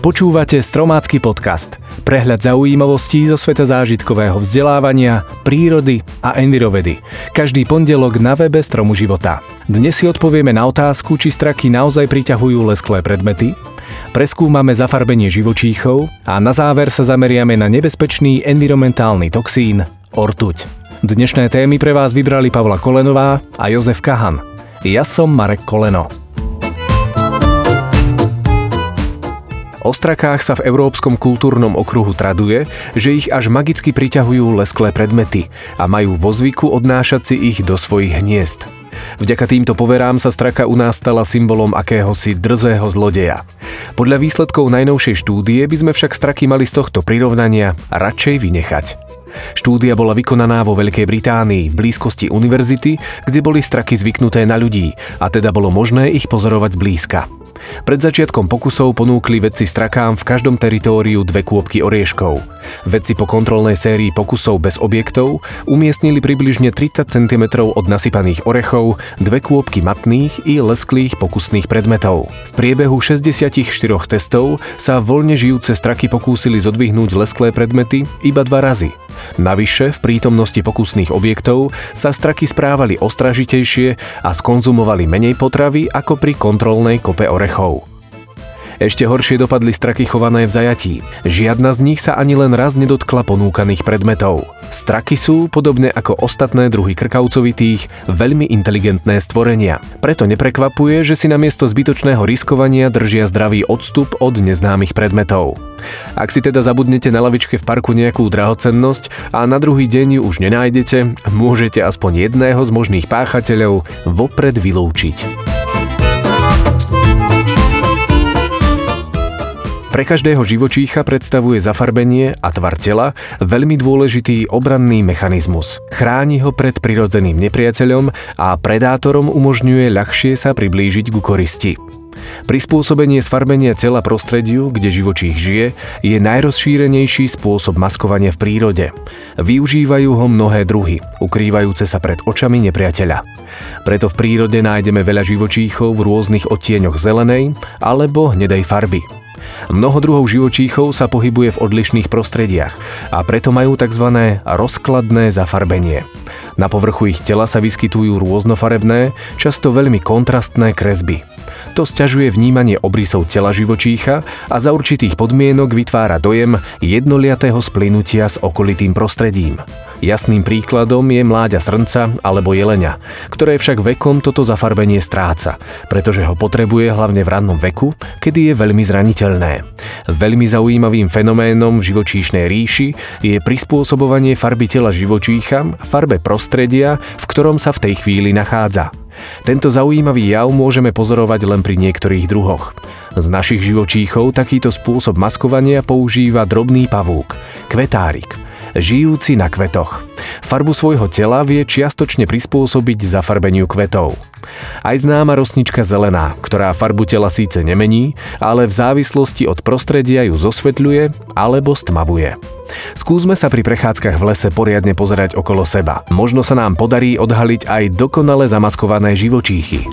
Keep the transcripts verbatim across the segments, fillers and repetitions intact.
Počúvate Stromácky podcast. Prehľad zaujímavostí zo sveta zážitkového vzdelávania, prírody a envirovedy. Každý pondelok na webe Stromu života. Dnes si odpovieme na otázku, či straky naozaj priťahujú lesklé predmety, preskúmame zafarbenie živočíchov a na záver sa zameriame na nebezpečný environmentálny toxín ortuť. Dnešné témy pre vás vybrali Pavla Kolenová a Jozef Kahan. Ja som Marek Koleno. O strakách sa v Európskom kultúrnom okruhu traduje, že ich až magicky priťahujú lesklé predmety a majú vo zvyku odnášať si ich do svojich hniezd. Vďaka týmto poverám sa straka u nás stala symbolom akéhosi drzého zlodeja. Podľa výsledkov najnovšej štúdie by sme však straky mali z tohto prirovnania radšej vynechať. Štúdia bola vykonaná vo Veľkej Británii v blízkosti univerzity, kde boli straky zvyknuté na ľudí a teda bolo možné ich pozorovať zblízka. Pred začiatkom pokusov ponúkli vedci strakám v každom teritóriu dve kôpky orieškov. Vedci po kontrolnej sérii pokusov bez objektov umiestnili približne tridsať centimetrov od nasypaných orechov dve kôpky matných i lesklých pokusných predmetov. V priebehu šesťdesiatštyri testov sa voľne žijúce straky pokúsili zodvihnúť lesklé predmety iba dva razy. Navyše, v prítomnosti pokusných objektov sa straky správali ostražitejšie a skonzumovali menej potravy ako pri kontrolnej kope orechov. Ešte horšie dopadli straky chované v zajatí. Žiadna z nich sa ani len raz nedotkla ponúkaných predmetov. Straky sú, podobne ako ostatné druhy krkavcovitých, veľmi inteligentné stvorenia. Preto neprekvapuje, že si namiesto zbytočného riskovania držia zdravý odstup od neznámych predmetov. Ak si teda zabudnete na lavičke v parku nejakú drahocennosť a na druhý deň ju už nenájdete, môžete aspoň jedného z možných páchateľov vopred vylúčiť. Pre každého živočícha predstavuje zafarbenie a tvar tela veľmi dôležitý obranný mechanizmus. Chráni ho pred prirodzeným nepriateľom a predátorom umožňuje ľahšie sa priblížiť ku koristi. Prispôsobenie sfarbenia tela prostrediu, kde živočích žije, je najrozšírenejší spôsob maskovania v prírode. Využívajú ho mnohé druhy, ukrývajúce sa pred očami nepriateľa. Preto v prírode nájdeme veľa živočíchov v rôznych odtieňoch zelenej alebo hnedej farby. Mnoho druhov živočíchov sa pohybuje v odlišných prostrediach a preto majú tzv. Rozkladné zafarbenie. Na povrchu ich tela sa vyskytujú rôznofarebné, často veľmi kontrastné kresby. To sťažuje vnímanie obrysov tela živočícha a za určitých podmienok vytvára dojem jednoliatého splynutia s okolitým prostredím. Jasným príkladom je mláďa srnca alebo jeleňa, ktoré však vekom toto zafarbenie stráca, pretože ho potrebuje hlavne v rannom veku, kedy je veľmi zraniteľné. Veľmi zaujímavým fenoménom v živočíšnej ríši je prispôsobovanie farby tela živočícha farbe prostredia, v ktorom sa v tej chvíli nachádza. Tento zaujímavý jav môžeme pozorovať len pri niektorých druhoch. Z našich živočíchov takýto spôsob maskovania používa drobný pavúk, kvetárik, žijúci na kvetoch. Farbu svojho tela vie čiastočne prispôsobiť zafarbeniu kvetov. Aj známa rosnička zelená, ktorá farbu tela síce nemení, ale v závislosti od prostredia ju zosvetľuje alebo stmavuje. Skúsme sa pri prechádzkach v lese poriadne pozerať okolo seba. Možno sa nám podarí odhaliť aj dokonale zamaskované živočíchy.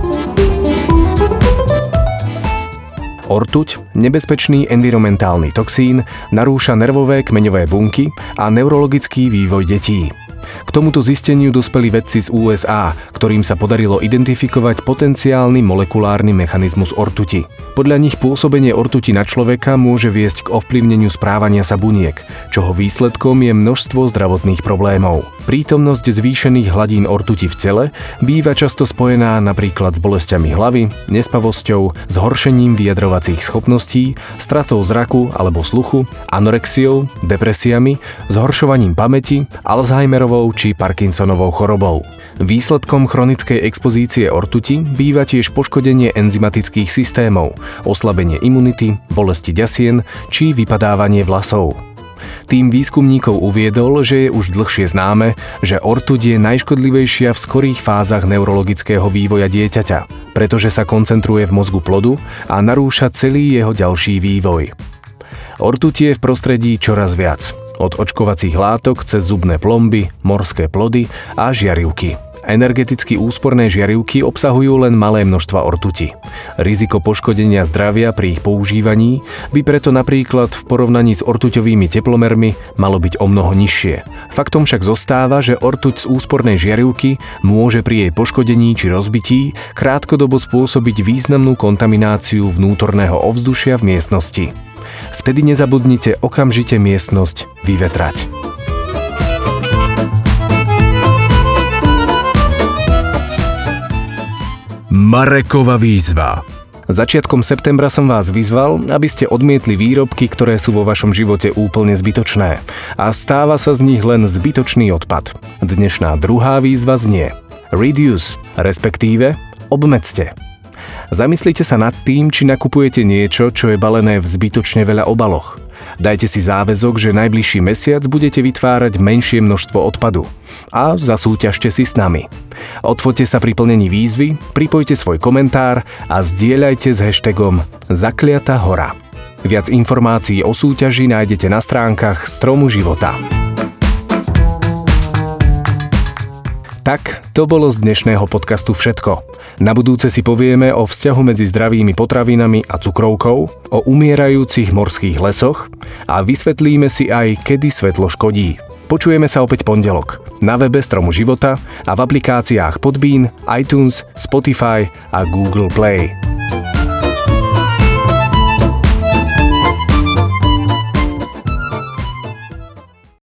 Ortuť, nebezpečný environmentálny toxín, narúša nervové kmeňové bunky a neurologický vývoj detí. K tomuto zisteniu dospeli vedci z ú es á, ktorým sa podarilo identifikovať potenciálny molekulárny mechanizmus ortuti. Podľa nich pôsobenie ortuti na človeka môže viesť k ovplyvneniu správania sa buniek, čoho výsledkom je množstvo zdravotných problémov. Prítomnosť zvýšených hladín ortuti v tele býva často spojená napríklad s bolesťami hlavy, nespavosťou, zhoršením vyjadrovacích schopností, stratou zraku alebo sluchu, anorexiou, depresiami, zhoršovaním pamäti, Alzheimerovou či Parkinsonovou chorobou. Výsledkom chronickej expozície ortuti býva tiež poškodenie enzymatických systémov, oslabenie imunity, bolesti ďasien či vypadávanie vlasov. Tým výskumníkov uviedol, že je už dlhšie známe, že ortuť je najškodlivejšia v skorých fázach neurologického vývoja dieťaťa, pretože sa koncentruje v mozgu plodu a narúša celý jeho ďalší vývoj. Ortuť je v prostredí čoraz viac, od očkovacích látok cez zubné plomby, morské plody a žiarivky. Energeticky úsporné žiarivky obsahujú len malé množstva ortuti. Riziko poškodenia zdravia pri ich používaní by preto napríklad v porovnaní s ortuťovými teplomermi malo byť omnoho nižšie. Faktom však zostáva, že ortuť z úspornej žiarivky môže pri jej poškodení či rozbití krátkodobo spôsobiť významnú kontamináciu vnútorného ovzdušia v miestnosti. Vtedy nezabudnite okamžite miestnosť vyvetrať. Marekova výzva. Začiatkom septembra som vás vyzval, aby ste odmietli výrobky, ktoré sú vo vašom živote úplne zbytočné a stáva sa z nich len zbytočný odpad. Dnešná druhá výzva znie Reduce, respektíve obmedzte. Zamyslite sa nad tým, či nakupujete niečo, čo je balené v zbytočne veľa obaloch. Dajte si záväzok, že najbližší mesiac budete vytvárať menšie množstvo odpadu. A zasúťažte si s nami. Odfoťte sa pri plnení výzvy, pripojte svoj komentár a zdieľajte s hashtagom Zakliatá hora. Viac informácií o súťaži nájdete na stránkach Stromu života. Tak, to bolo z dnešného podcastu všetko. Na budúce si povieme o vzťahu medzi zdravými potravinami a cukrovkou, o umierajúcich morských lesoch a vysvetlíme si aj, kedy svetlo škodí. Počujeme sa opäť pondelok na webe Stromu života a v aplikáciách Podbean, iTunes, Spotify a Google Play.